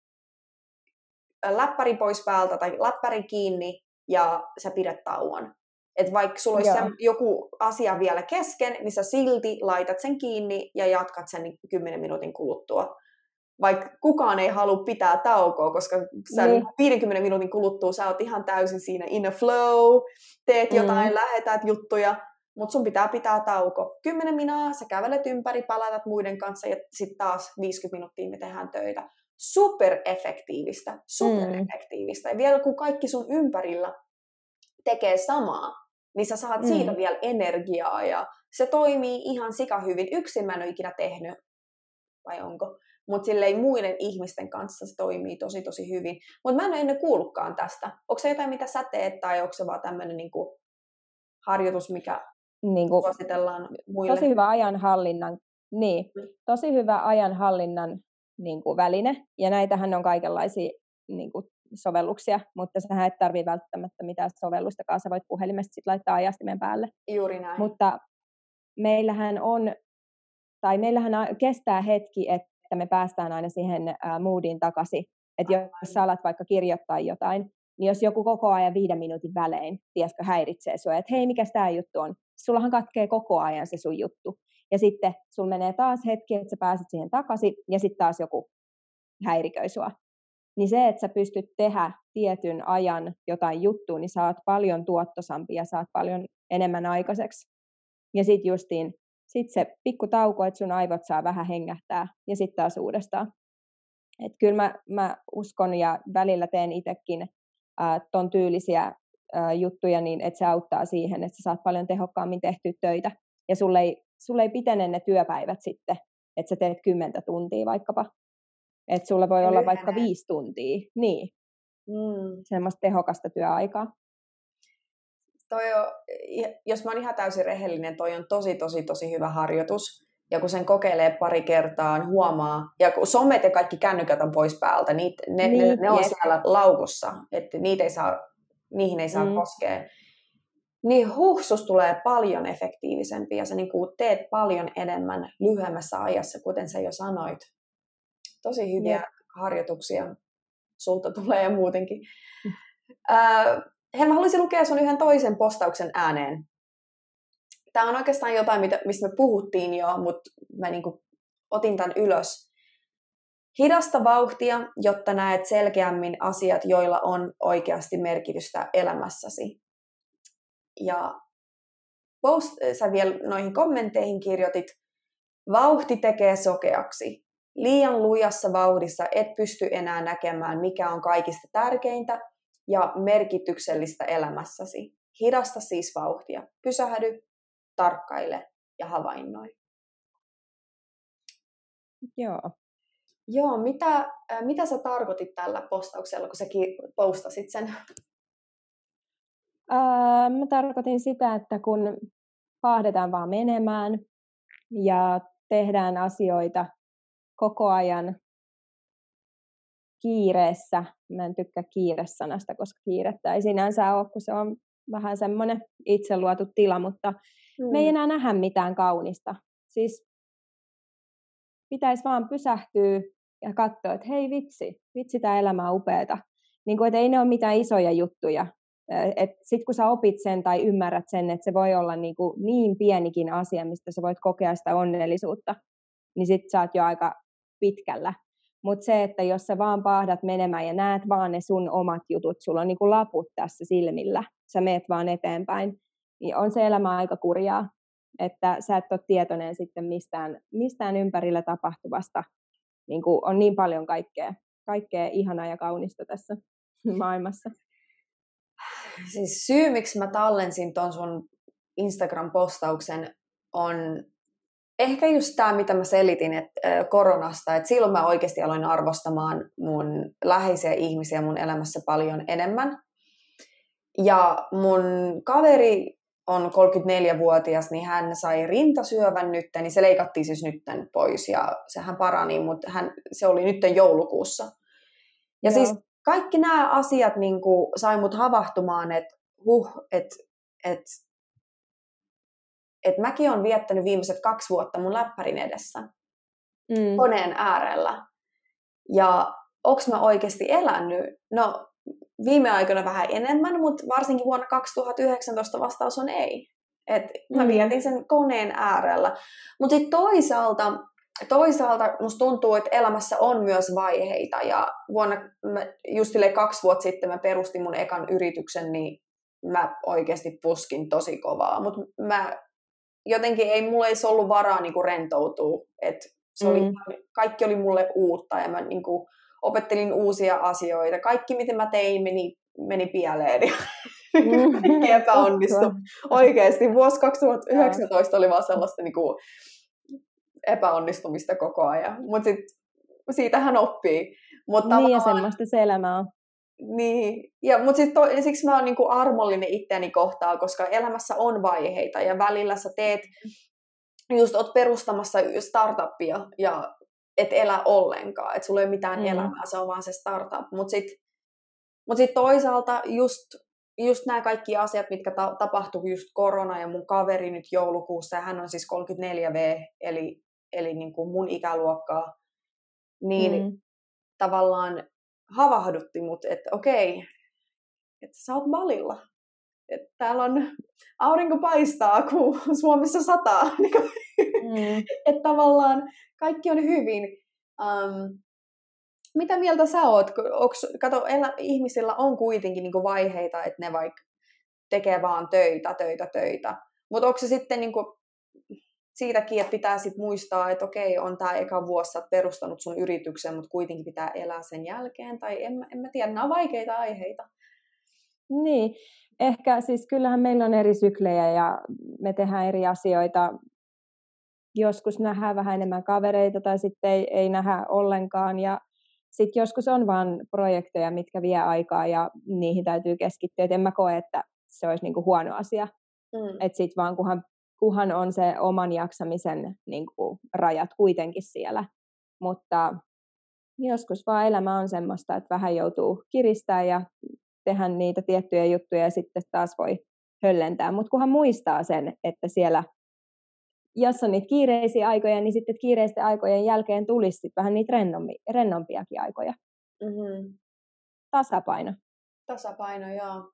läppäri pois päältä tai läppäri kiinni ja sä pidät tauon. Että vaikka sulla olisi joku asia vielä kesken, niin sä silti laitat sen kiinni ja jatkat sen 10 minuutin kuluttua. Vaikka kukaan ei halua pitää taukoa, koska sä 50 minuutin kuluttua sä oot ihan täysin siinä in a flow, teet jotain, lähetät juttuja, mutta sun pitää pitää tauko. 10 minaa, sä kävelet ympäri, palatat muiden kanssa ja sitten taas 50 minuuttia me tehdään töitä. Superefektiivistä. Ja vielä kun kaikki sun ympärillä tekee samaa, niin sä saat siitä vielä energiaa ja se toimii ihan sikahyvin. Yksin mä en ole ikinä tehnyt, vai onko? Mutta silleen muiden ihmisten kanssa se toimii tosi hyvin. Mutta mä en ole ennen kuullutkaan tästä. Onko se jotain, mitä sä teet, tai onko se vaan tämmöinen niinku harjoitus, mikä suositellaan muille? Tosi hyvä ajanhallinnan, tosi hyvä ajanhallinnan väline. Ja näitähän on kaikenlaisia sovelluksia, mutta sähän et tarvitse välttämättä mitään sovellustakaan. Sä voit puhelimesta sit laittaa ajastimen päälle. Juuri näin. Mutta meillähän kestää hetki, että me päästään aina siihen moodiin takaisin. Että jos sä alat vaikka kirjoittaa jotain, niin jos joku koko ajan 5 minuutin välein, tiedätkö, häiritsee sua, että hei, mikäs tää juttu on? Sullahan katkee koko ajan se sun juttu. Ja sitten sulla menee taas hetki, että sä pääset siihen takaisin, ja sitten taas joku häiriköi sua. Niin se, että sä pystyt tehdä tietyn ajan jotain juttua, niin sä oot paljon tuottosampi ja saat paljon enemmän aikaiseksi. Ja sitten justiin se pikku tauko, että sun aivot saa vähän hengähtää ja sitten taas uudestaan. Että kyllä mä uskon ja välillä teen itsekin ton tyylisiä juttuja niin, että se auttaa siihen, että sä saat paljon tehokkaammin tehtyä töitä. Ja sulle ei pitene ne työpäivät sitten, että sä teet 10 tuntia vaikkapa. Että sulla voi olla vaikka 5 tuntia. Niin. Semmoista tehokasta työaikaa. Jos mä oon ihan täysin rehellinen, toi on tosi hyvä harjoitus. Ja kun sen kokeilee pari kertaa, huomaa, ja kun somet ja kaikki kännykät on pois päältä, ne on siellä laukussa, että niihin ei saa koskea. Niin sus tulee paljon efektiivisempi ja sä teet paljon enemmän lyhyemmässä ajassa, kuten sä jo sanoit. Tosi hyviä harjoituksia sulta tulee ja muutenkin. Mä haluaisin lukea sun yhden toisen postauksen ääneen. Tämä on oikeastaan jotain, mistä me puhuttiin jo, mutta mä otin tämän ylös. Hidasta vauhtia, jotta näet selkeämmin asiat, joilla on oikeasti merkitystä elämässäsi. Ja sä vielä noihin kommentteihin kirjoitit, vauhti tekee sokeaksi. Liian lujassa vauhdissa et pysty enää näkemään, mikä on kaikista tärkeintä ja merkityksellistä elämässäsi. Hidasta siis vauhtia. Pysähdy, tarkkaile ja havainnoi. Joo, mitä sä tarkoitit tällä postauksella, kun sä postasit sen? Mä tarkoitin sitä, että kun pahdetaan vaan menemään ja tehdään asioita koko ajan kiireessä. Mä en tykkää kiire-sanasta, koska kiirettä ei sinänsä ole, kun se on vähän semmoinen itse luotu tila, mutta me ei enää nähdä mitään kaunista. Siis pitäisi vaan pysähtyä ja katsoa, että hei vitsi tämä elämä on upeata. Niin kuin, että ei ne ole mitään isoja juttuja. Sitten kun sä opit sen tai ymmärrät sen, että se voi olla niin pienikin asia, mistä sä voit kokea sitä onnellisuutta, niin sit sä oot jo aika pitkällä. Mutta se, että jos sä vaan paahdat menemään ja näet vaan ne sun omat jutut, sulla on niinku laput tässä silmillä, sä meet vaan eteenpäin, niin on se elämä aika kurjaa. Että sä et ole tietoinen sitten mistään ympärillä tapahtuvasta. Niinku on niin paljon kaikkea ihanaa ja kaunista tässä maailmassa. Siis syy, miksi mä tallensin ton sun Instagram-postauksen, on ehkä just tämä, mitä mä selitin koronasta, että silloin mä oikeasti aloin arvostamaan mun läheisiä ihmisiä mun elämässä paljon enemmän. Ja mun kaveri on 34-vuotias, niin hän sai rintasyövän nyt, niin se leikattiin siis nytten pois ja sehän parani, mutta se oli nytten joulukuussa. Ja siis kaikki nämä asiat niin kuin sai mut havahtumaan, että mäkin olen viettänyt viimeiset 2 vuotta mun läppärin edessä koneen äärellä. Ja onks mä oikeasti elänyt? No viime aikoina vähän enemmän, mutta varsinkin vuonna 2019 vastaus on ei. Et mä vietin sen koneen äärellä. Mutta sitten toisaalta musta tuntuu, että elämässä on myös vaiheita. Ja just 2 vuotta sitten mä perustin mun ekan yrityksen, niin mä oikeasti puskin tosi kovaa. Mutta jotenkin mulla ei ollut varaa niinku rentoutua. Kaikki oli mulle uutta ja mä niinku opettelin uusia asioita. Kaikki, mitä mä tein, meni pieleen ja kaikki epäonnistui. Oikeasti vuosi 2019 oli vaan sellaista niinku epäonnistumista koko ajan. Mutta siitähän oppii. Niin ja semmoista se elämä on. Niin, mutta siksi mä oon niinku armollinen itseäni kohtaan, koska elämässä on vaiheita ja välillä sä oot perustamassa startuppia ja et elä ollenkaan, että sulla ei ole mitään elämää, se on vaan se startup. Mutta sit toisaalta just nämä kaikki asiat, mitkä tapahtui, just korona ja mun kaveri nyt joulukuussa, ja hän on siis 34V, eli niin kuin mun ikäluokkaa, niin tavallaan havahdutti mut, että okei, että sä oot Balilla. Että täällä on aurinko paistaa, kun Suomessa sataa. Että tavallaan kaikki on hyvin. Mitä mieltä sä oot? Kato, ihmisillä on kuitenkin niinku vaiheita, että ne vaikka tekee vaan töitä. Mutta onko se sitten niinku siitäkin, että pitää sit muistaa, että okei, on tää eka vuosi, sä oot perustanut sun yrityksen, mutta kuitenkin pitää elää sen jälkeen. Tai en mä tiedä, nämä on vaikeita aiheita. Niin, ehkä siis kyllähän meillä on eri syklejä ja me tehdään eri asioita. Joskus nähdään vähän enemmän kavereita tai sitten ei nähdä ollenkaan. Ja sitten joskus on vaan projekteja, mitkä vie aikaa ja niihin täytyy keskittyä. Et en mä koe, että se olisi niinku huono asia. Että sitten vaan kunhan on se oman jaksamisen niinku rajat kuitenkin siellä. Mutta joskus vaan elämä on semmoista, että vähän joutuu kiristämään ja tehdä niitä tiettyjä juttuja ja sitten taas voi höllentää. Mutta kunhan muistaa sen, että siellä, jos on niitä kiireisiä aikoja, niin sitten kiireisten aikojen jälkeen tulisi sitten vähän niitä rennompiakin aikoja. Tasapaino. Tasapaino, joo.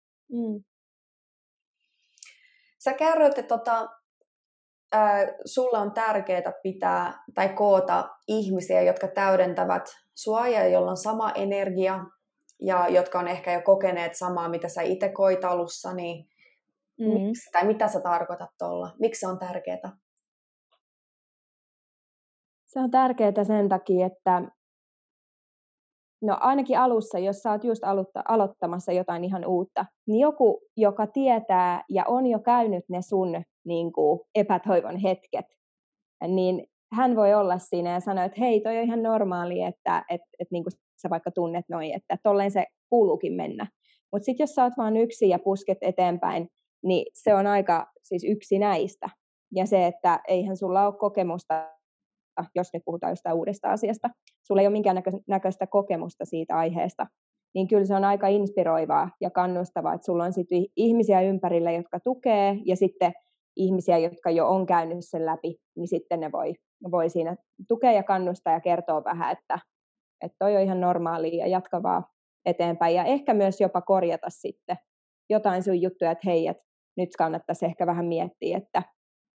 Sä kerroit, että sulla on tärkeää pitää tai koota ihmisiä, jotka täydentävät sua ja joilla on sama energia ja jotka on ehkä jo kokeneet samaa, mitä sä itse koit alussa, niin miksi, tai mitä sä tarkoitat tuolla? Miksi se on tärkeää? Se on tärkeää sen takia, että no ainakin alussa, jos sä oot just aloittamassa jotain ihan uutta, niin joku, joka tietää ja on jo käynyt ne sun niin kuin epätoivon hetket, niin hän voi olla siinä ja sanoa, että hei, toi on ihan normaali, että niin kuin sä vaikka tunnet noin, että tolleen se kuuluukin mennä. Mutta sitten jos sä oot vaan yksin ja pusket eteenpäin, niin se on aika siis yksinäistä. Ja se, että eihän sulla ole kokemusta vuotta, jos nyt puhutaan jostain uudesta asiasta, sulla ei ole minkäännäköistä kokemusta siitä aiheesta, niin kyllä se on aika inspiroivaa ja kannustavaa, että sulla on sitten ihmisiä ympärillä, jotka tukee, ja sitten ihmisiä, jotka jo on käynyt sen läpi, niin sitten ne voi siinä tukea ja kannustaa ja kertoa vähän, että toi on ihan normaalia ja jatka vaan eteenpäin. Ja ehkä myös jopa korjata sitten jotain sun juttuja, että hei, että nyt kannattaisi ehkä vähän miettiä, että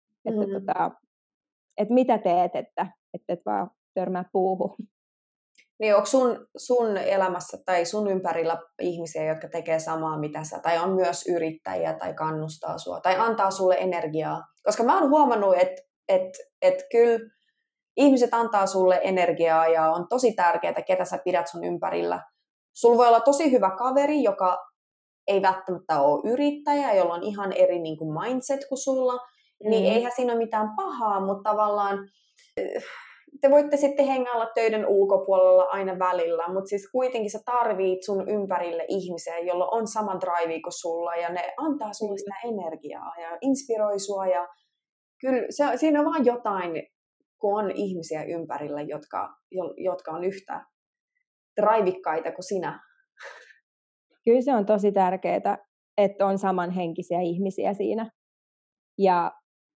mitä teet, että et vaan törmää puuhun. Niin onko sun elämässä tai sun ympärillä ihmisiä, jotka tekee samaa mitä sä, tai on myös yrittäjiä tai kannustaa sua, tai antaa sulle energiaa? Koska mä oon huomannut, että kyllä ihmiset antaa sulle energiaa ja on tosi tärkeää, ketä sä pidät sun ympärillä. Sulla voi olla tosi hyvä kaveri, joka ei välttämättä ole yrittäjä, jolla on ihan eri niin kuin mindset kuin sulla, niin eihän siinä ole mitään pahaa, mutta tavallaan te voitte sitten hengailla töiden ulkopuolella aina välillä, mutta siis kuitenkin sä tarvit sun ympärille ihmisiä, jolla on sama drive kuin sulla, ja ne antaa sulle sitä energiaa ja inspiroi sua, ja kyllä siinä on vaan jotain, kun on ihmisiä ympärillä, jotka on yhtä draivikkaita kuin sinä. Kyllä se on tosi tärkeää, että on samanhenkisiä ihmisiä siinä. Ja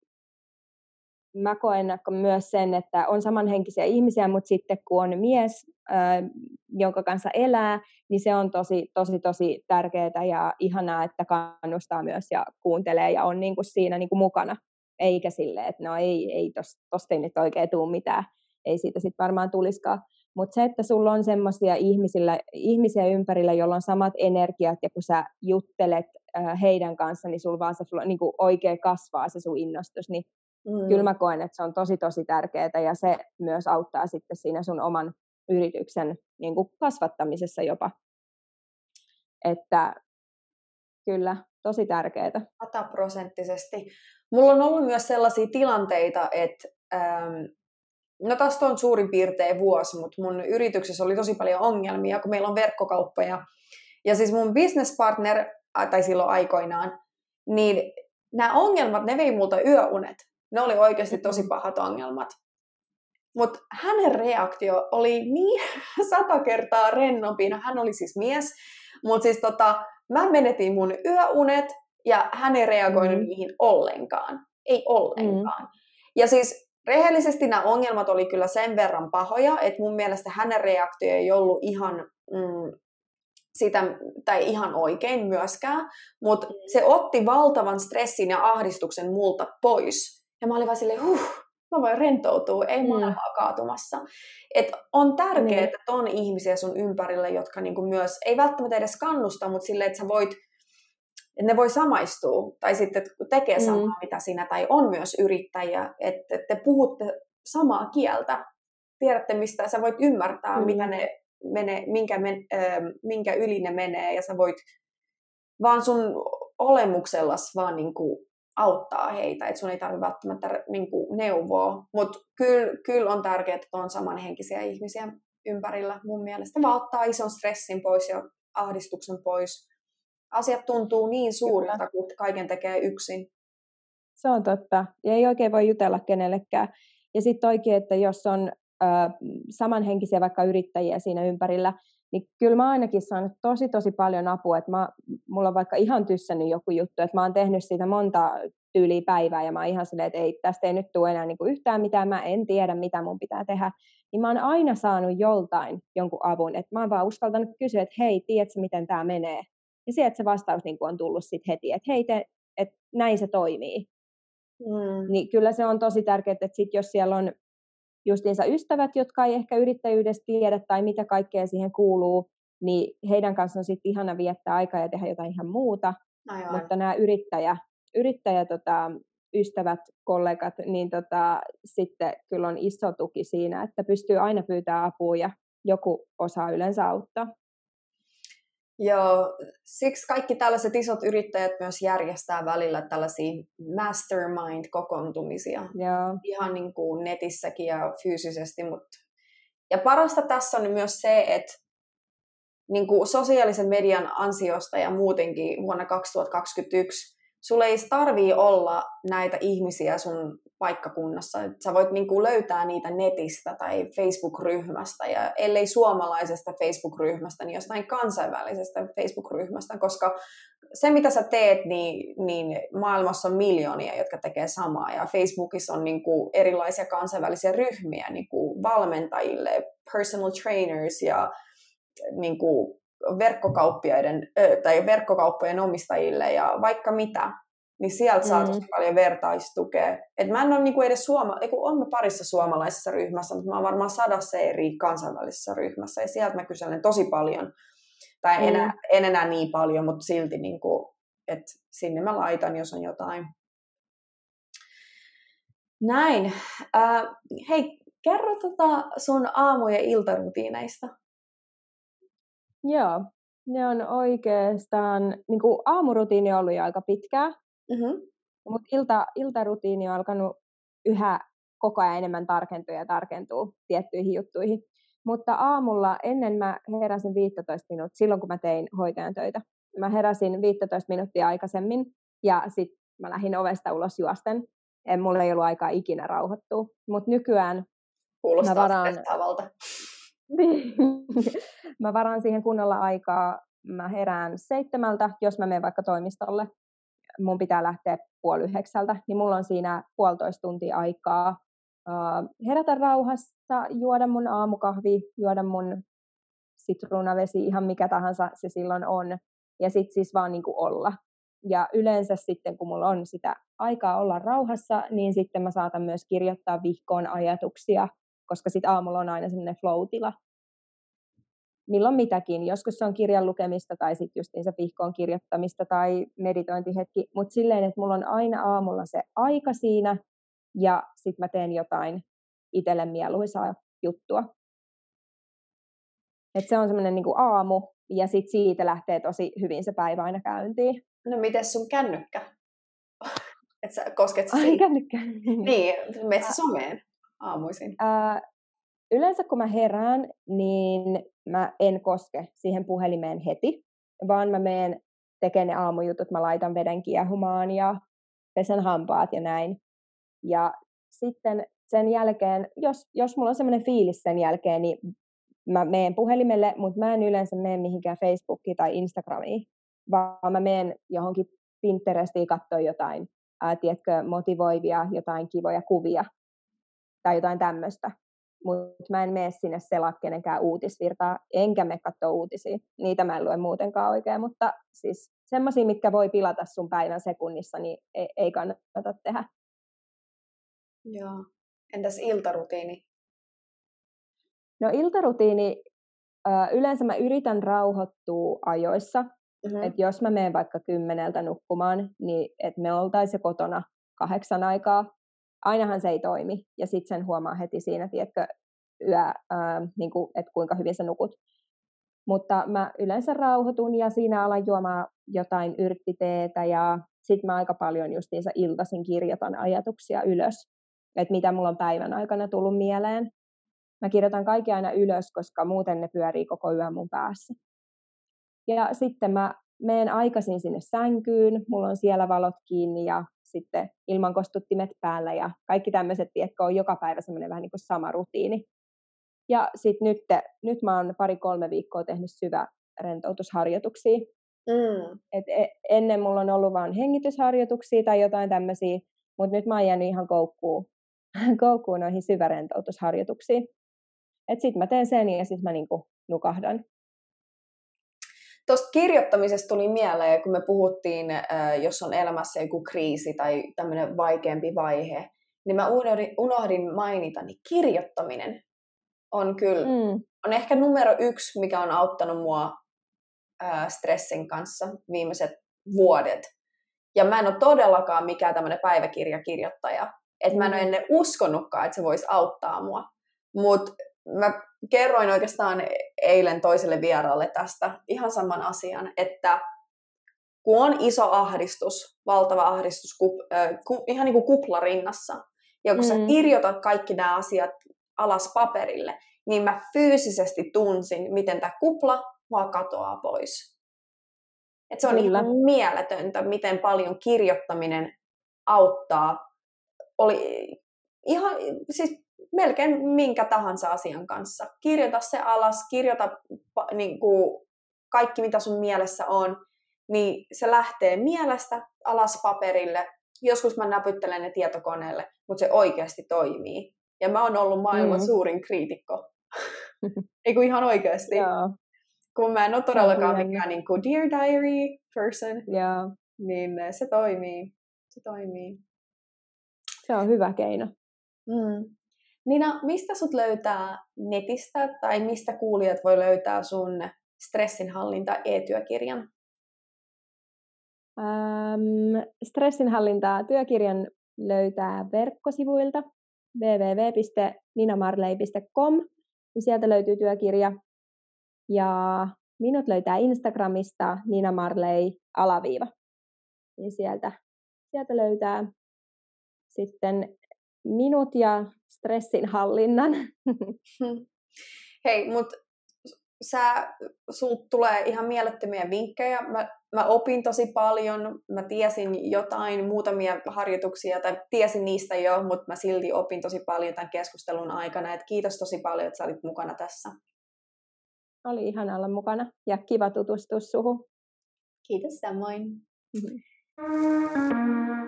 mä koen myös sen, että on samanhenkisiä ihmisiä, mutta sitten kun on mies, jonka kanssa elää, niin se on tosi tärkeää ja ihanaa, että kannustaa myös ja kuuntelee ja on niinku siinä niinku mukana. Eikä silleen, että no ei tosta ei nyt oikein tule mitään, ei siitä sitten varmaan tulisikaan. Mutta se, että sulla on semmoisia ihmisiä ympärillä, joilla on samat energiat, ja kun sä juttelet heidän kanssa, niin sulla vaan se niinku oikein kasvaa se sun innostus, niin kyllä mä koen, että se on tosi tärkeää, ja se myös auttaa sitten siinä sun oman yrityksen niinku kasvattamisessa jopa. Että kyllä, tosi tärkeää. 100%. Mulla on ollut myös sellaisia tilanteita, että no tästä on suurin piirtein vuosi, mutta mun yrityksessä oli tosi paljon ongelmia, kun meillä on verkkokauppoja. Ja siis mun business partner, tai silloin aikoinaan, niin nämä ongelmat, ne vei multa yöunet. Ne oli oikeasti tosi pahat ongelmat. Mutta hänen reaktio oli niin 100 kertaa rennompi. No, hän oli siis mies, mutta siis mä menetin mun yöunet, ja hän ei reagoinut niihin ollenkaan. Ei ollenkaan. Ja siis rehellisesti nämä ongelmat oli kyllä sen verran pahoja, että mun mielestä hänen reaktio ei ollut ihan sitä, tai ihan oikein myöskään, mutta se otti valtavan stressin ja ahdistuksen multa pois. Ja mä olin vaan silleen, mä voin rentoutua, ei maailmaa kaatumassa. Et on tärkeää, että on ihmisiä sun ympärillä, jotka niinku myös, ei välttämättä edes kannusta, mutta silleen, että ne voi samaistua, tai sitten tekee samaa mitä sinä, tai on myös yrittäjä, että te puhutte samaa kieltä, tiedätte mistä, sä voit ymmärtää, mitä ne menee, minkä yli ne menee, ja sä voit vaan sun olemuksellas vaan niinku auttaa heitä, että sun ei tarvitse välttämättä niinku neuvoa, mutta kyllä on tärkeää, että on samanhenkisiä ihmisiä ympärillä mun mielestä, vaan ottaa ison stressin pois ja ahdistuksen pois. Asiat tuntuu niin suurilta, kun kaiken tekee yksin. Se on totta. Ja ei oikein voi jutella kenellekään. Ja sitten oikein, että jos on samanhenkisiä vaikka yrittäjiä siinä ympärillä, niin kyllä mä ainakin saanut tosi paljon apua. Että mulla on vaikka ihan tyssännyt joku juttu, että mä oon tehnyt siitä monta tyyliä päivää, ja mä oon ihan silleen, että tästä ei nyt tule enää niinku yhtään mitään, mä en tiedä, mitä mun pitää tehdä. Niin mä oon aina saanut joltain jonkun avun. Että mä oon vaan uskaltanut kysyä, että hei, tiedätkö miten tää menee? Ja sieltä se vastaus niin on tullut sit heti, että hei, että näin se toimii. Niin kyllä se on tosi tärkeää, että sit jos siellä on justiinsa ystävät, jotka ei ehkä yrittäjyydestä tiedä tai mitä kaikkea siihen kuuluu, niin heidän kanssaan on sitten ihana viettää aikaa ja tehdä jotain ihan muuta. Aivan. Mutta nämä ystävät, kollegat, niin sitten kyllä on iso tuki siinä, että pystyy aina pyytämään apua ja joku osaa yleensä auttaa. Joo, siksi kaikki tällaiset isot yrittäjät myös järjestää välillä tällaisia mastermind-kokoontumisia. Joo. Ihan niin kuin netissäkin ja fyysisesti. Ja parasta tässä on myös se, että niin kuin sosiaalisen median ansiosta ja muutenkin vuonna 2021 sulla ei tarvii olla näitä ihmisiä sun paikkakunnassa. Sä voit niinku löytää niitä netistä tai Facebook-ryhmästä, ja ellei suomalaisesta Facebook-ryhmästä, niin jostain kansainvälisestä Facebook-ryhmästä, koska se, mitä sä teet, niin maailmassa on miljoonia, jotka tekee samaa, ja Facebookissa on niinku erilaisia kansainvälisiä ryhmiä niinku valmentajille, personal trainers ja niinku verkkokauppojen omistajille ja vaikka mitä, niin sieltä saa tosi paljon vertaistukea. Et mä en ole niinku edes on mä parissa suomalaisessa ryhmässä, mutta mä oon varmaan 100 eri kansainvälisessä ryhmässä, ja sieltä mä kyselen tosi paljon, tai en enää niin paljon, mutta silti, niinku, että sinne mä laitan, jos on jotain. Näin. Hei, kerro sun aamu- ja iltarutiineista. Joo, ne on oikeastaan, niin kuin aamurutiini on ollut jo aika pitkää, mutta iltarutiini on alkanut yhä koko ajan enemmän tarkentua tiettyihin juttuihin. Mutta aamulla ennen mä heräsin 15 minuuttia, silloin kun mä tein hoitajan töitä. Mä heräsin 15 minuuttia aikaisemmin ja sitten mä lähdin ovesta ulos juosten. Mulla ei ollut aikaa ikinä rauhoittua, mutta nykyään kuulostaa stressaavalta. Mä varaan siihen kunnolla aikaa. Mä herään 7, jos mä menen vaikka toimistolle. Mun pitää lähteä 8:30, niin mulla on siinä 1,5 tuntia aikaa herätä rauhassa, juoda mun aamukahvi, juoda mun sitruunavesi, ihan mikä tahansa se silloin on. Ja sit siis vaan niin kuin olla. Ja yleensä sitten, kun mulla on sitä aikaa olla rauhassa, niin sitten mä saatan myös kirjoittaa vihkoon ajatuksia, koska sit aamulla on aina semmoinen flow-tila. Milloin mitäkin. Joskus se on kirjan lukemista tai sitten justiinsa vihkoon kirjoittamista tai meditointihetki, mutta silleen, että mulla on aina aamulla se aika siinä ja sitten mä teen jotain itselle mieluisaa juttua. Et se on semmoinen niinku aamu ja sitten siitä lähtee tosi hyvin se päivä aina käyntiin. No mites sun kännykkä? Et sä kosket siihen? Kännykkä? Niin, menet sä someen aamuisin? Yleensä kun mä herään, niin mä en koske siihen puhelimeen heti, vaan mä menen tekemään ne aamujutut, mä laitan veden kiehumaan ja pesen hampaat ja näin. Ja sitten sen jälkeen, jos mulla on semmoinen fiilis sen jälkeen, niin mä menen puhelimelle, mutta mä en yleensä mene mihinkään Facebookiin tai Instagramiin, vaan mä menen johonkin Pinterestiin katsoa jotain, tiedätkö, motivoivia, jotain kivoja kuvia tai jotain tämmöistä. Mutta mä en mene sinne selaa kenenkään uutisvirtaa, enkä mene katsoa uutisia. Niitä mä en lue muutenkaan oikein, mutta siis semmoisia, mitkä voi pilata sun päivän sekunnissa, niin ei kannata tehdä. Joo. Entäs iltarutiini? No iltarutiini, yleensä mä yritän rauhoittua ajoissa. Että jos mä menen vaikka 10 nukkumaan, niin että me oltaisiin kotona 8 aikaa. Ainahan se ei toimi, ja sitten sen huomaa heti siinä, tiedätkö, niinku, että kuinka hyvin sä nukut. Mutta mä yleensä rauhoitun, ja siinä alan juomaan jotain yrttiteetä, ja sitten mä aika paljon justiinsa iltaisin kirjoitan ajatuksia ylös, että mitä mulla on päivän aikana tullut mieleen. Mä kirjoitan kaikki aina ylös, koska muuten ne pyörii koko yön mun päässä. Ja sitten mä menen aikaisin sinne sänkyyn, mulla on siellä valot kiinni, ja sitten ilmankostuttimet päällä ja kaikki tämmöiset, tiedätkö, on joka päivä semmoinen vähän niin kuin sama rutiini. Ja sitten nyt mä oon 2-3 viikkoa tehnyt syvärentoutusharjoituksia. Et ennen mulla on ollut vaan hengitysharjoituksia tai jotain tämmöisiä, mutta nyt mä oon jäänyt ihan koukkuun noihin syvärentoutusharjoituksiin. Et sit mä teen sen ja sit mä niinku nukahdan. Tuosta kirjoittamisesta tuli mieleen, kun me puhuttiin, jos on elämässä joku kriisi tai tämmöinen vaikeampi vaihe, niin mä unohdin mainita, niin kirjoittaminen on kyllä, on ehkä numero 1, mikä on auttanut mua stressin kanssa viimeiset vuodet. Ja mä en ole todellakaan mikään tämmöinen päiväkirjakirjoittaja, että mä en ole ennen uskonutkaan, että se voisi auttaa mua. Mutta mä kerroin oikeastaan eilen toiselle vieraalle tästä ihan saman asian, että kun on iso ahdistus, valtava ahdistus, ihan niin kuin kupla rinnassa, ja kun sä kirjoitat kaikki nämä asiat alas paperille, niin mä fyysisesti tunsin, miten tämä kupla vaan katoaa pois. Että se on ihan mieletöntä, miten paljon kirjoittaminen auttaa. Oli ihan, siis melkein minkä tahansa asian kanssa. Kirjoita se alas, kirjoita niin kuin kaikki, mitä sun mielessä on, niin se lähtee mielestä alas paperille. Joskus mä näpyttelen ne tietokoneelle, mutta se oikeasti toimii. Ja mä oon ollut maailman suurin kriitikko. Eiku ihan oikeasti. Joo. Kun mä en ole todellakaan mikään niin kuin Dear Diary person, niin se toimii. Se toimii. Se on hyvä keino. Nina, mistä sut löytää netistä tai mistä kuulijat voi löytää sun stressinhallinta e-työkirjan? Stressinhallinta-työkirjan löytää verkkosivuilta www.ninamarley.com. Sieltä löytyy työkirja. Ja minut löytää Instagramista ninamarley_. Niin sieltä Löytää sitten minut ja stressinhallinnan. Hei, mutta sulta tulee ihan mielettömiä vinkkejä. Mä opin tosi paljon. Mä tiesin jotain, muutamia harjoituksia, tai tiesin niistä jo, mutta mä silti opin tosi paljon tämän keskustelun aikana. Et kiitos tosi paljon, että sä olit mukana tässä. Oli ihana olla mukana ja kiva tutustua suhun. Kiitos samoin.